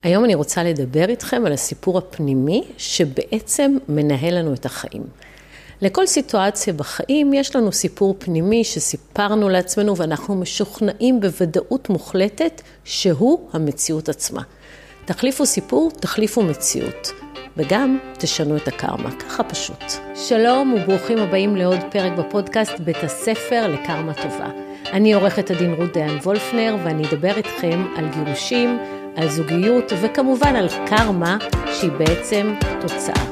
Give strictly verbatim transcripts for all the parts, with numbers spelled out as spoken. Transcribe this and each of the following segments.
היום אני רוצה לדבר איתכם על הסיפור הפנימי שבעצם מנהל לנו את החיים. לכל סיטואציה בחיים יש לנו סיפור פנימי שסיפרנו לעצמנו ואנחנו משוכנעים בוודאות מוחלטת שהוא המציאות עצמה. תחליפו סיפור, תחליפו מציאות. וגם תשנו את הקרמה, ככה פשוט. שלום וברוכים הבאים לעוד פרק בפודקאסט בית הספר לקרמה טובה. אני עורכת הדין רות דיין וולפנר ואני אדבר איתכם על גירושים, על זוגיות וכמובן על קרמה שהיא בעצם תוצאה.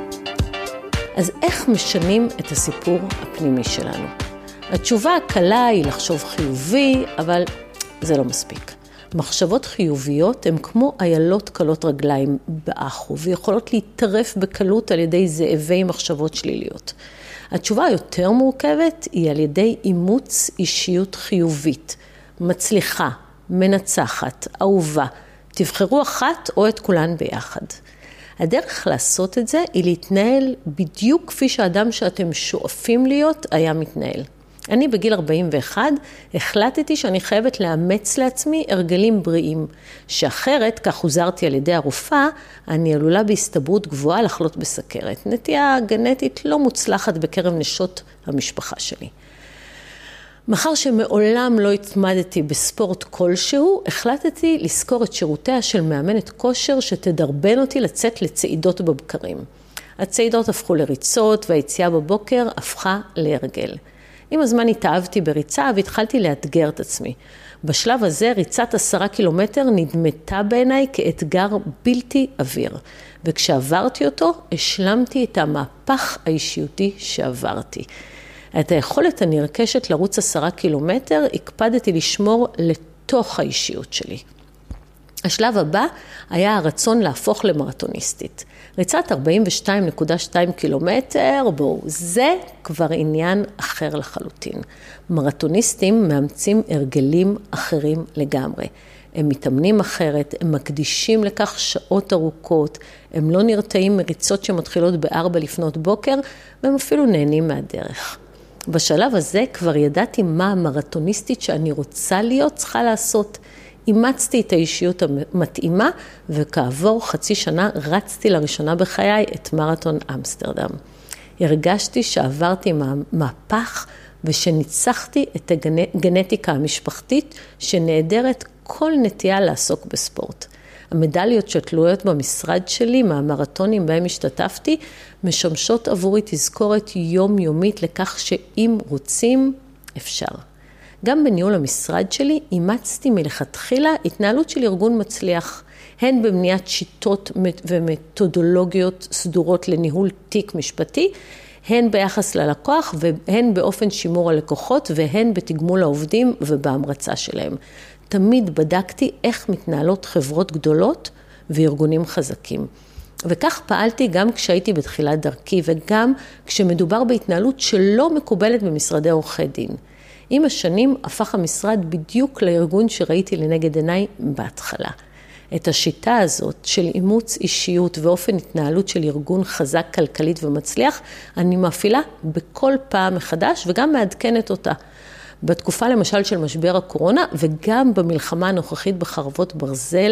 אז איך משנים את הסיפור הפנימי שלנו? התשובה הקלה היא לחשוב חיובי, אבל זה לא מספיק. מחשבות חיוביות הן כמו איילות קלות רגליים באחו, ויכולות להתטרף בקלות על ידי זאבי מחשבות שליליות. התשובה היותר מורכבת היא על ידי אימוץ אישיות חיובית, מצליחה, מנצחת, אהובה. תבחרו אחת או את כולן ביחד. הדרך לעשות את זה היא להתנהל בדיוק כפי שהאדם שאתם שואפים להיות היה מתנהל. אני בגיל ארבעים ואחת החלטתי שאני חייבת לאמץ לעצמי הרגלים בריאים, שאחרת, כך הוזרתי על ידי הרופאה, אני עלולה בהסתברות גבוהה לחלות בסכרת. נטייה גנטית לא מוצלחת בקרב נשות המשפחה שלי. מאחר שמעולם לא התמדתי בספורט כלשהו, החלטתי לזכור את שירותיה של מאמנת כושר שתדרבן אותי לצאת לצעידות בבקרים. הצעידות הפכו לריצות והיציאה בבוקר הפכה להרגל. עם הזמן התאהבתי בריצה והתחלתי לאתגר את עצמי. בשלב הזה ריצת עשרה קילומטר נדמתה בעיניי כאתגר בלתי עביר. וכשעברתי אותו, השלמתי את המהפך האישיותי שעברתי. את היכולת הנרכשת לרוץ עשרה קילומטר, הקפדתי לשמור לתוך האישיות שלי. השלב הבא היה הרצון להפוך למרתוניסטית. ריצת ארבעים ושתיים נקודה שתיים קילומטר, בואו, זה כבר עניין אחר לחלוטין. מרתוניסטים מאמצים הרגלים אחרים לגמרי. הם מתאמנים אחרת, הם מקדישים לכך שעות ארוכות, הם לא נרתעים מריצות שמתחילות בארבע לפנות בוקר, והם אפילו נהנים מהדרך. בשלב הזה כבר ידעתי מה המרתוניסטית שאני רוצה להיות צריכה לעשות. אימצתי את האישיות המתאימה, וכעבור חצי שנה רצתי לראשונה בחיי את מרתון אמסטרדם. הרגשתי שעברתי מהפך ושניצחתי את הגנטיקה המשפחתית שנעדרת כל נטייה לעסוק בספורט. המדליות שתלויות במשרד שלי מהמרתונים בהם השתתפתי משמשות עבורי תזכורת יומיומית לכך שאם רוצים אפשר. גם בניהול המשרד שלי אימצתי מלכתחילה התנהלות של ארגון מצליח, הן בבניית שיטות ומתודולוגיות סדורות לניהול תיק משפטי, הן ביחס ללקוח והן באופן שימור הלקוחות והן בתגמול העובדים ובהמרצה שלהם. תמיד בדקתי איך מתנהלות חברות גדולות וארגונים חזקים. וכך פעלתי גם כשהייתי בתחילת דרכי וגם כשמדובר בהתנהלות שלא מקובלת במשרדי עורכי דין. עם השנים הפך המשרד בדיוק לארגון שראיתי לנגד עיניי בהתחלה. את השיטה הזאת של אימוץ אישיות ואופן התנהלות של ארגון חזק כלכלית ומצליח, אני מפעילה בכל פעם מחדש וגם מעדכנת אותה. בתקופה למשל של משבר הקורונה וגם במלחמה הנוכחית בחרבות ברזל,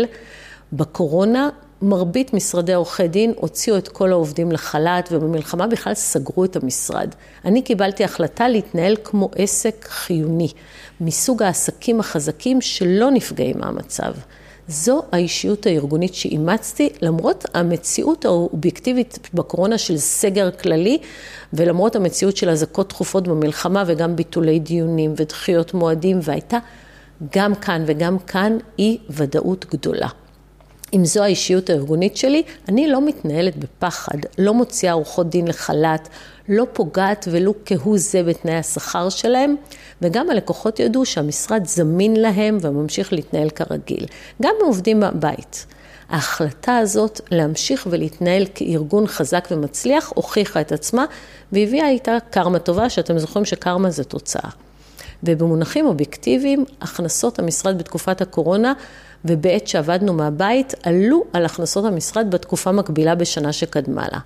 בקורונה מרבית משרדי עורכי דין הוציאו את כל העובדים לחל"ת ובמלחמה בכלל סגרו את המשרד. אני קיבלתי החלטה להתנהל כמו עסק חיוני, מסוג העסקים החזקים שלא נפגעים מהמצב. זו האישיות הארגונית שאימצתי, למרות המציאות האובייקטיבית בקורונה של סגר כללי, ולמרות המציאות של הזעקות תכופות במלחמה וגם ביטולי דיונים ודחיות מועדים, והייתה גם כאן וגם כאן אי ודאות גדולה. אם זו האישיות הארגונית שלי, אני לא מתנהלת בפחד, לא מוציאה עורכות דין לחל"ת, לא פוגעת ולו כהוא זה בתנאי השכר שלהם, וגם הלקוחות ידעו שהמשרד זמין להם וממשיך להתנהל כרגיל, גם מעובדים בבית. ההחלטה הזאת להמשיך ולהתנהל כארגון חזק ומצליח הוכיחה את עצמה, והביאה איתה קרמה טובה, שאתם זוכרים שקרמה זה תוצאה. ובמונחים אובייקטיביים, הכנסות המשרד בתקופת הקורונה, ובעת שעבדנו מהבית, עלו על הכנסות המשרד בתקופה מקבילה בשנה שקדמה לה.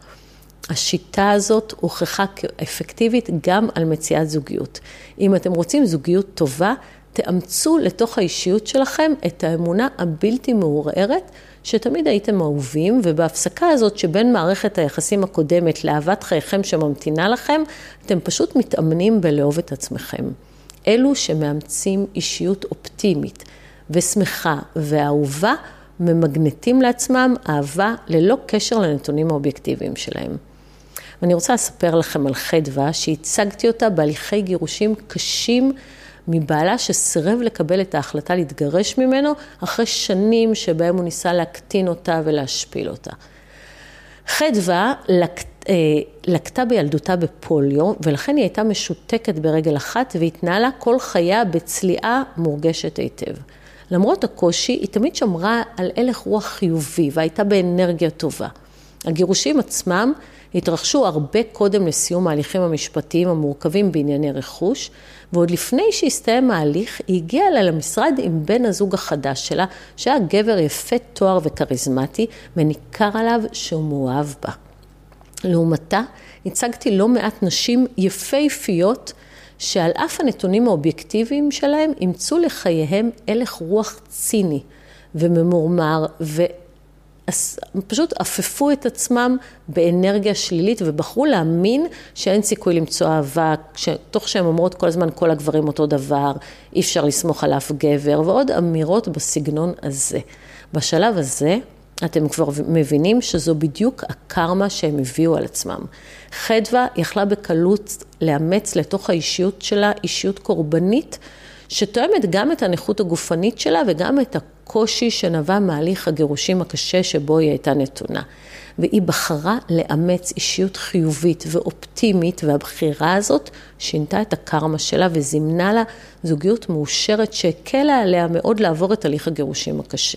השיטה הזאת הוכחה כאפקטיבית גם על מציאת זוגיות. אם אתם רוצים זוגיות טובה, תאמצו לתוך האישיות שלכם את האמונה הבלתי מעורערת שתמיד הייתם אהובים, ובהפסקה הזאת שבין מערכת היחסים הקודמת לאהבת חייכם שממתינה לכם, אתם פשוט מתאמנים בלאהוב את עצמכם. אלו שמאמצים אישיות אופטימית ושמחה ואהובה, ממגנטים לעצמם אהבה ללא קשר לנתונים האובייקטיביים שלהם. ואני רוצה לספר לכם על חדווה, שהצגתי אותה בהליכי גירושים קשים מבעלה שסירב לקבל את ההחלטה להתגרש ממנו, אחרי שנים שבהם הוא ניסה להקטין אותה ולהשפיל אותה. חדווה לקט, אה, לקטה בילדותה בפוליו, ולכן היא הייתה משותקת ברגל אחת, והתנהלה כל חייה בצליעה מורגשת היטב. למרות הקושי, היא תמיד שמרה על הלך רוח חיובי, והייתה באנרגיה טובה. הגירושים עצמם התרחשו הרבה קודם לסיום ההליכים המשפטיים המורכבים בענייני רכוש, ועוד לפני שהסתיים ההליך, היא הגיעה לה למשרד עם בן הזוג החדש שלה, שהיה גבר יפה תואר וקריזמטי, וניכר עליו שהוא מאוהב בה. לעומתה, הצגתי לא מעט נשים יפהפיות, שעל אף הנתונים האובייקטיביים שלהם, אימצו לחייהם הלך רוח ציני וממורמר, ופשוט אפפו את עצמם באנרגיה שלילית, ובחרו להאמין שאין סיכוי למצוא אהבה, תוך שהן אומרות כל הזמן כל הגברים אותו דבר, אי אפשר לסמוך על אף גבר, ועוד אמירות בסגנון הזה. בשלב הזה, אתם כבר מבינים שזו בדיוק הקרמה שהם הביאו על עצמם. חדווה יכלה בקלות לאמץ לתוך האישיות שלה, אישיות קורבנית, שתואמת גם את הנכות הגופנית שלה וגם את הקושי שנבע מהליך הגירושים הקשה שבו היא הייתה נתונה. והיא בחרה לאמץ אישיות חיובית ואופטימית, והבחירה הזאת שינתה את הקרמה שלה וזימנה לה זוגיות מאושרת שהקלה עליה מאוד לעבור את הליך הגירושים הקשה.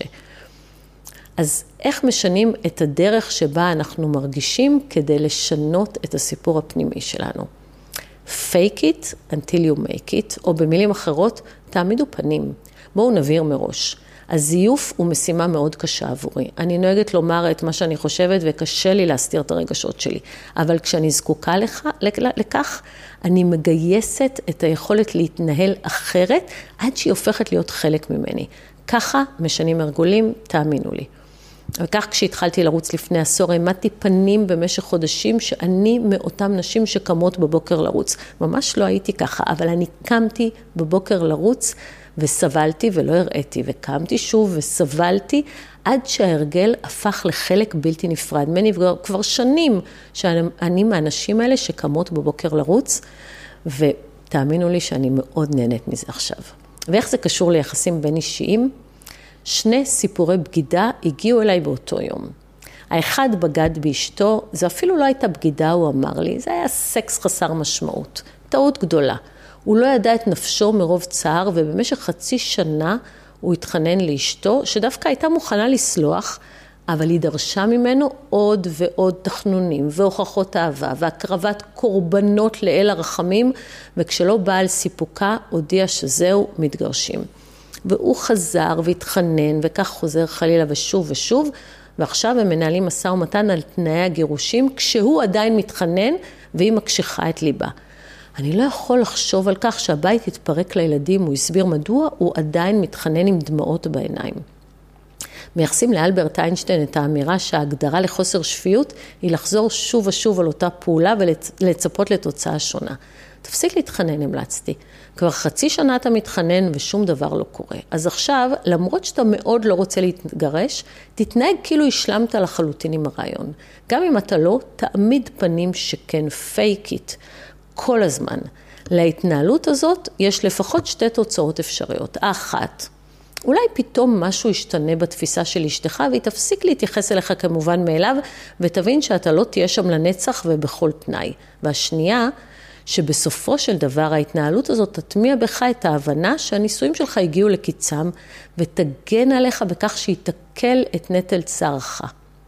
אז איך משנים את הדרך שבה אנחנו מרגישים כדי לשנות את הסיפור הפנימי שלנו? Fake it until you make it, או במילים אחרות, תעמידו פנים. בואו נבהיר מראש. הזיוף הוא משימה מאוד קשה עבורי. אני נוהגת לומר את מה שאני חושבת וקשה לי להסתיר את הרגשות שלי. אבל כשאני זקוקה לך, לכך, אני מגייסת את היכולת להתנהל אחרת עד שהיא הופכת להיות חלק ממני. ככה משנים הרגולים, תאמינו לי. וכך כשהתחלתי לרוץ לפני עשור, העמדתי פנים במשך חודשים שאני מאותם נשים שקמות בבוקר לרוץ. ממש לא הייתי ככה, אבל אני קמתי בבוקר לרוץ וסבלתי ולא הראיתי, וקמתי שוב וסבלתי עד שההרגל הפך לחלק בלתי נפרד. מני כבר שנים שאני מהנשים האלה שקמות בבוקר לרוץ, ותאמינו לי שאני מאוד נהנית מזה עכשיו. ואיך זה קשור ליחסים בין אישיים? שני סיפורי בגידה הגיעו אליי באותו יום. האחד בגד באשתו, זה אפילו לא הייתה בגידה, הוא אמר לי, זה היה סקס חסר משמעות, טעות גדולה. הוא לא ידע את נפשו מרוב צער, ובמשך חצי שנה הוא התחנן לאשתו, שדווקא הייתה מוכנה לסלוח, אבל היא דרשה ממנו עוד ועוד תחנונים, והוכחות אהבה, והקרבת קורבנות לאל הרחמים, וכשלא בא על סיפוקה, הודיע שזהו, מתגרשים. והוא חזר והתחנן, וכך חוזר חלילה ושוב ושוב, ועכשיו הם מנהלים משא ומתן על תנאי הגירושים, כשהוא עדיין מתחנן, והיא מקשיחה את ליבה. אני לא יכול לחשוב על כך שהבית יתפרק לילדים, הוא הסביר מדוע, הוא עדיין מתחנן עם דמעות בעיניים. מייחסים לאלברט איינשטיין את האמירה שההגדרה לחוסר שפיות, היא לחזור שוב ושוב על אותה פעולה, ולצפות לתוצאה שונה. תפסיק להתחנן, המלצתי. כבר חצי שנה אתה מתחנן ושום דבר לא קורה. אז עכשיו, למרות שאתה מאוד לא רוצה להתגרש, תתנהג כאילו השלמת לחלוטין עם הרעיון. גם אם אתה לא, תעמיד פנים שכן fake it כל הזמן. להתנהלות הזאת יש לפחות שתי תוצאות אפשריות. האחת, אולי פתאום משהו ישתנה בתפיסה של אשתך, והיא תפסיק להתייחס אליך כמובן מאליו, ותבין שאתה לא תהיה שם לנצח ובכל תנאי. והשנייה, שבסופו של דבר ההתנהלות הזאת תטמיע בך את ההבנה שהניסויים שלך הגיעו לקיצם, ותגן עליך בכך שיתקל את נטל צערך.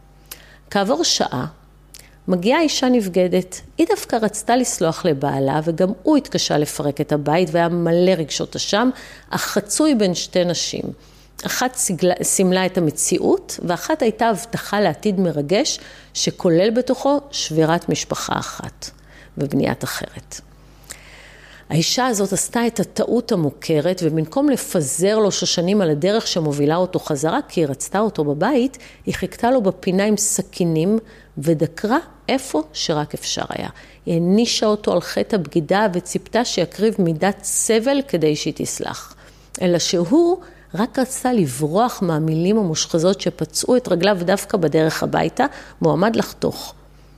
כעבור שעה, מגיעה אישה נבגדת, היא דווקא רצתה לסלוח לבעלה, וגם הוא התקשה לפרק את הבית, והיה מלא רגשות אשם, אך חצוי בין שתי נשים. אחת סימלה את המציאות, ואחת הייתה הבטחה לעתיד מרגש, שכולל בתוכו שבירת משפחה אחת. ובניית אחרת. האישה הזאת עשתה את הטעות המוכרת, ובמקום לפזר לו שושנים על הדרך שמובילה אותו חזרה, כי היא רצתה אותו בבית, היא חיכתה לו בפינה עם סכינים, ודקרה איפה שרק אפשר היה. היא הנישה אותו על חטא הבגידה, וציפתה שיקריב מידת סבל כדי שהיא תסלח. אלא שהוא רק רצה לברוח מהמילים המושחזות שפצעו את רגליו דווקא בדרך הביתה, מועמד לחתוך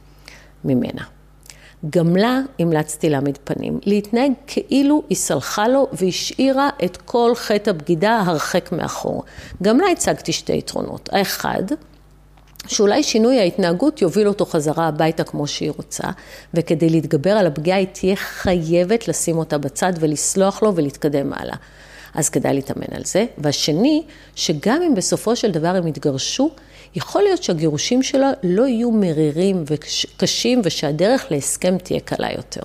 ממנה. גם לה המלצתי להעמיד פנים, להתנהג כאילו היא סלחה לו והשאירה את כל חטא הבגידה הרחק מאחור. גם לה הצגתי שתי יתרונות. האחד, שאולי שינוי ההתנהגות יוביל אותו חזרה הביתה כמו שהיא רוצה, וכדי להתגבר על הפגיעה היא תהיה חייבת לשים אותה בצד ולסלוח לו ולהתקדם הלאה. אז כדאי להתאמן על זה. והשני, שגם אם בסופו של דבר הם יתגרשו, יכול להיות שהגירושים שלה לא יהיו מרירים וקשים, ושהדרך להסכם תהיה קלה יותר.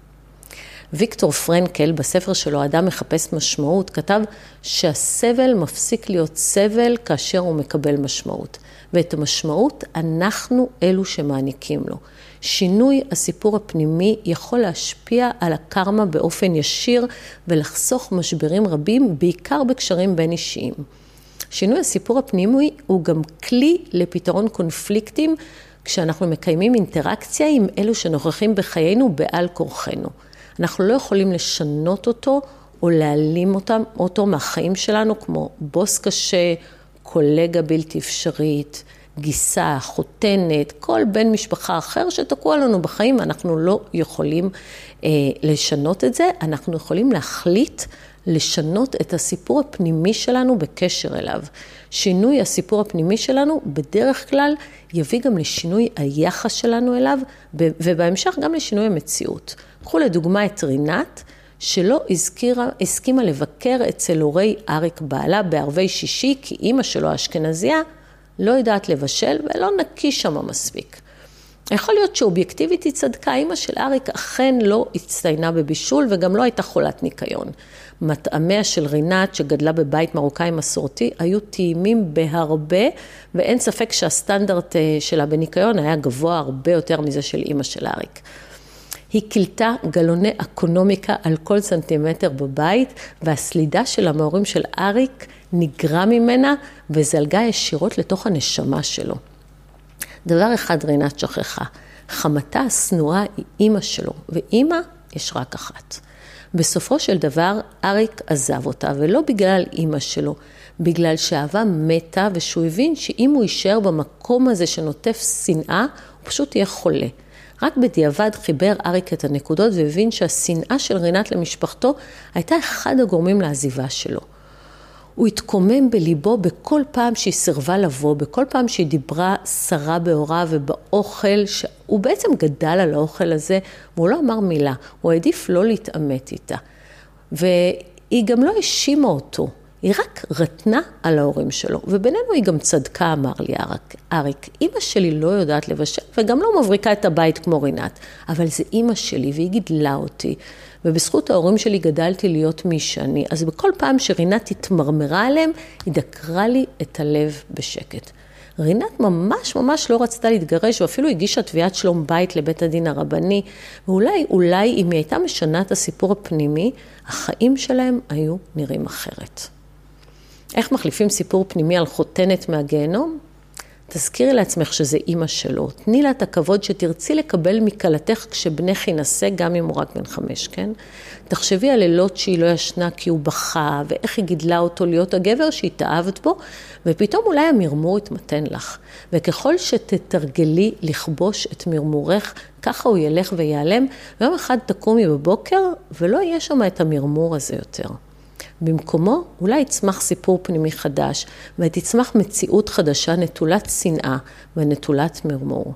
ויקטור פרנקל, בספר שלו, אדם מחפש משמעות, כתב שהסבל מפסיק להיות סבל כאשר הוא מקבל משמעות. ואת המשמעות אנחנו אלו שמעניקים לו. שינוי הסיפור הפנימי יכול להשפיע על הקרמה באופן ישיר ולחסוך משברים רבים, בעיקר בקשרים בין אישיים. שינוי הסיפור הפנימי הוא גם כלי לפתרון קונפליקטים, כשאנחנו מקיימים אינטראקציה עם אלו שנוכחים בחיינו בעל כורחנו. אנחנו לא יכולים לשנות אותו או להעלים אותם, אותו מהחיים שלנו, כמו בוס קשה, קולגה בלתי אפשרית, גיסה, חותנת, כל בן משפחה אחר שתקוע לנו בחיים, אנחנו לא יכולים אה, לשנות את זה, אנחנו יכולים להחליט לשנות את הסיפור הפנימי שלנו בקשר אליו. שינוי הסיפור הפנימי שלנו בדרך כלל יביא גם לשינוי היחס שלנו אליו, ובהמשך גם לשינוי המציאות. קחו לדוגמה את רינת, שלא הזכירה, הסכימה לבקר אצל הורי אריק בעלה בערבי שישי, כי אמא שלו האשכנזייה לא יודעת לבשל ולא נקי שם מספיק. יכול להיות שאובייקטיבית היא צדקה, אמא של אריק אכן לא הצטיינה בבישול וגם לא הייתה חולת ניקיון. מטעמיה של רינת שגדלה בבית מרוקאי מסורתי היו טעימים בהרבה, ואין ספק שהסטנדרט שלה בניקיון היה גבוה הרבה יותר מזה של אמא של אריק. היא קלטה גלוני אקונומיקה על כל סנטימטר בבית, והסלידה של המהורים של אריק נגרה ממנה וזלגה ישירות לתוך הנשמה שלו. דבר אחד רינת שכחה, חמתה הסנועה היא אמא שלו, ואמא יש רק אחת. בסופו של דבר אריק עזב אותה, ולא בגלל אמא שלו, בגלל שאהבה מתה, ושהוא הבין שאם הוא יישאר במקום הזה שנוטף שנאה, הוא פשוט יהיה חולה. רק בדיעבד חיבר אריק את הנקודות, והבין שהשנאה של רינת למשפחתו הייתה אחד הגורמים לעזיבה שלו. הוא התקומם בליבו בכל פעם שהיא סרבה לבוא, בכל פעם שהיא דיברה שרה בהורה ובאוכל, שהוא בעצם גדל על האוכל הזה, והוא לא אמר מילה, הוא העדיף לא להתאמת איתה. והיא גם לא האשימה אותו, היא רק רתנה על ההורים שלו, ובינינו היא גם צדקה, אמר לי אריק. אריק, אמא שלי לא יודעת לבשל, וגם לא מבריקה את הבית כמו רינת, אבל זה אמא שלי, והיא גידלה אותי, ובזכות ההורים שלי גדלתי להיות מי שאני, אז בכל פעם שרינת התמרמרה עליהם, היא דקרה לי את הלב בשקט. רינת ממש ממש לא רצתה להתגרש, ואפילו הגישה תביעת שלום בית לבית הדין הרבני, ואולי, אולי אם היא הייתה משנה את הסיפור הפנימי, החיים שלהם היו נראים אחרת. איך מחליפים סיפור פנימי על חותנת מהגיהנום? תזכירי לעצמך שזה אימא שלו. תני לה את הכבוד שתרצי לקבל מקלתך כשבנך ינסה, גם אם הוא רק בן חמש, כן? תחשבי על לילות שהיא לא ישנה כי הוא בכה, ואיך היא גידלה אותו להיות הגבר שהיא תאהבת בו, ופתאום אולי המרמור יתמתן לך. וככל שתתרגלי לכבוש את מרמורך, ככה הוא ילך ויעלם, ויום אחד תקומי בבוקר, ולא יהיה שם את המרמור הזה יותר. במקומו אולי יצמח סיפור פנימי חדש, ותצמח מציאות חדשה נטולת שנאה ונטולת מרמור.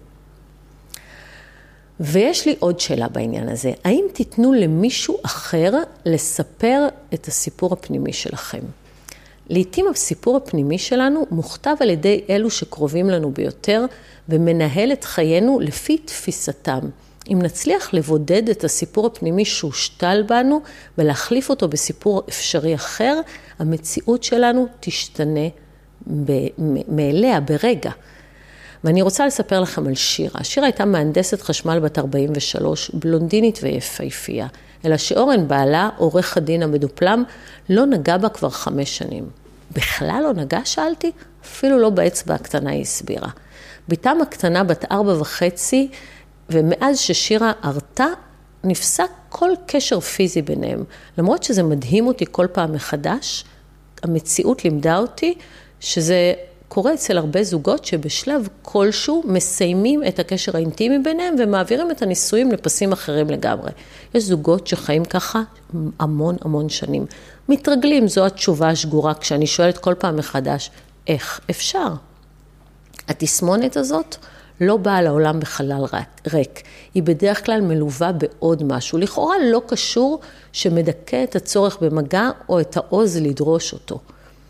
ויש לי עוד שאלה בעניין הזה. האם תיתנו למישהו אחר לספר את הסיפור הפנימי שלכם? לעתים הסיפור הפנימי שלנו מוכתב על ידי אלו שקרובים לנו ביותר, ומנהל את חיינו לפי תפיסתם. אם נצליח לבודד את הסיפור הפנימי שהושתל בנו, ולהחליף אותו בסיפור אפשרי אחר, המציאות שלנו תשתנה מאליה ברגע. ואני רוצה לספר לכם על שירה. שירה הייתה מהנדסת חשמל בת ארבעים ושלוש, בלונדינית ויפהפייה, אלא שאורן בעלה, עורך הדין המדופלם, לא נגע בה כבר חמש שנים. בכלל לא נגע, שאלתי? אפילו לא באצבע הקטנה, היא הסבירה. ביתם הקטנה בת ארבע וחצי, ומאז ששירה הרתה, נפסק כל קשר פיזי ביניהם. למרות שזה מדהים אותי כל פעם מחדש, המציאות לימדה אותי שזה קורה אצל הרבה זוגות שבשלב כלשהו מסיימים את הקשר האינטימי ביניהם ומעבירים את הנישואים לפסים אחרים לגמרי. יש זוגות שחיים ככה המון המון שנים. מתרגלים, זו התשובה השגורה כשאני שואלת כל פעם מחדש, איך אפשר? התסמונת הזאת לא באה לעולם בחלל ריק. היא בדרך כלל מלווה בעוד משהו. לכאורה לא קשור שמדכא את הצורך במגע או את העוז לדרוש אותו.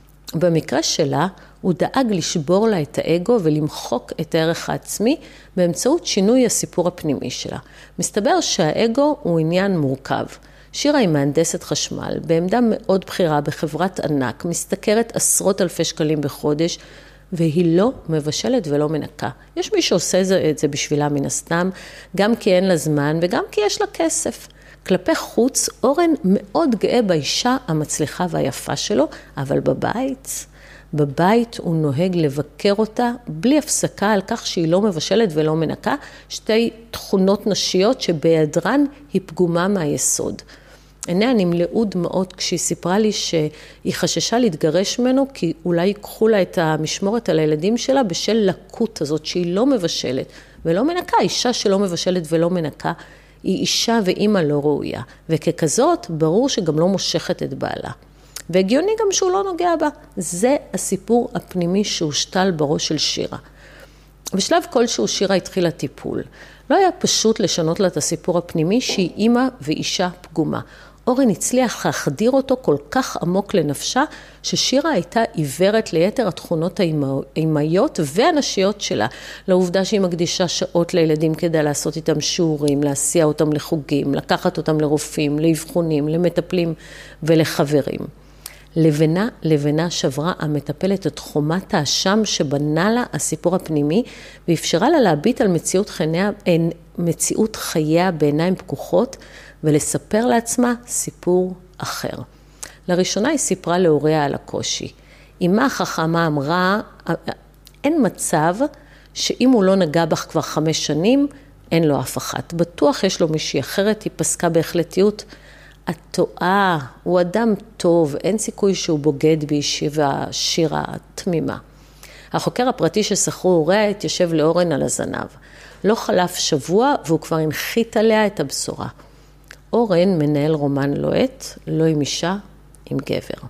במקרה שלה, הוא דאג לשבור לה את האגו ולמחוק את הערך העצמי באמצעות שינוי הסיפור הפנימי שלה. מסתבר שהאגו הוא עניין מורכב. שירה היא מהנדסת חשמל, בעמדה מאוד בחירה בחברת ענק, משתכרת עשרות אלפי שקלים בחודש, והיא לא מבשלת ולא מנקה. יש מי שעושה את זה בשבילה מן הסתם, גם כי אין לה זמן וגם כי יש לה כסף. כלפי חוץ, אורן מאוד גאה באישה המצליחה והיפה שלו, אבל בבית, בבית הוא נוהג לבקר אותה בלי הפסקה על כך שהיא לא מבשלת ולא מנקה, שתי תכונות נשיות שבידרן היא פגומה מהיסוד. עיניה נמלאו דמעות כשהיא סיפרה לי שהיא חששה להתגרש ממנו, כי אולי ייקחו לה את המשמורת על הילדים שלה בשל לקות הזאת שהיא לא מבשלת ולא מנקה. אישה שלא מבשלת ולא מנקה היא אישה ואימא לא ראויה, וככזאת ברור שגם לא מושכת את בעלה. והגיוני גם שהוא לא נוגע בה. זה הסיפור הפנימי שהושתל בראש של שירה. בשלב כלשהו שירה התחילה טיפול. לא היה פשוט לשנות לה את הסיפור הפנימי שהיא אימא ואישה פגומה. אורן הצליח להחדיר אותו כל כך עמוק לנפשה, ששירה הייתה עיוורת ליתר התכונות האימהיות והנשיות שלה, לעובדה שהיא מקדישה שעות לילדים כדי לעשות איתם שיעורים, להסיע אותם לחוגים, לקחת אותם לרופאים, לאבחונים, למטפלים ולחברים. לבנה, לבנה שברה המטפלת את חומת האשם שבנה לה הסיפור הפנימי, ואפשרה לה להביט על מציאות חייה, מציאות חייה בעיניים פקוחות, ולספר לעצמה סיפור אחר. לראשונה היא סיפרה להוריה על הקושי. אמא החכמה אמרה, אין מצב שאם הוא לא נגע בך כבר חמש שנים, אין לו אף אחת. בטוח יש לו מישהי אחרת, היא פסקה בהחלטיות. את טועה, הוא אדם טוב, אין סיכוי שהוא בוגד בישיבה שירה תמימה. החוקר הפרטי ששכרו הוריה התיישב לאורן על הזנב. לא חלף שבוע והוא כבר הנחית עליה את הבשורה. אורן מנהל רומן לוהט, לא עם אישה, עם גבר.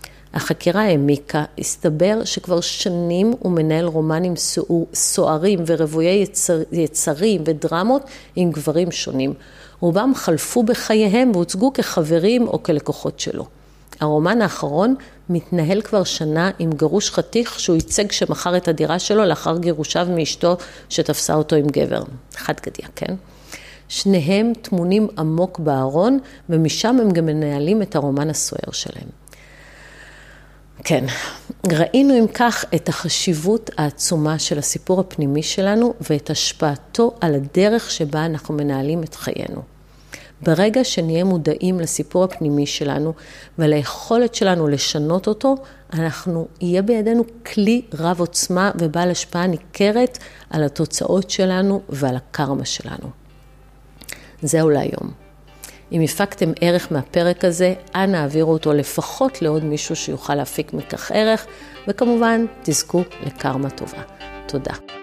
החקירה העמיקה, הסתבר שכבר שנים הוא מנהל רומנים סוערים ורבויי יצר, יצרים ודרמות עם גברים שונים. רובם חלפו בחייהם והוצגו כחברים או כלקוחות שלו. הרומן האחרון מתנהל כבר שנה עם גרוש חתיך שהוא ייצג שמכר את הדירה שלו לאחר גירושיו מאשתו שתפסה אותו עם גבר. חד גדיה, כן? שניהם תמונים עמוק בארון, ומשם הם גם מנהלים את הרומן הסוער שלהם. כן, ראינו עם כך את החשיבות העצומה של הסיפור הפנימי שלנו, ואת השפעתו על הדרך שבה אנחנו מנהלים את חיינו. ברגע שנהיה מודעים לסיפור הפנימי שלנו, וליכולת שלנו לשנות אותו, אנחנו, יהיה בידינו כלי רב עוצמה, ובעל השפעה ניכרת על התוצאות שלנו ועל הקרמה שלנו. זהו להיום. אם הפקתם ערך מהפרק הזה, אנא העבירו אותו לפחות לעוד מישהו שיוכל להפיק מכך ערך, וכמובן תזכו לקרמה טובה. תודה.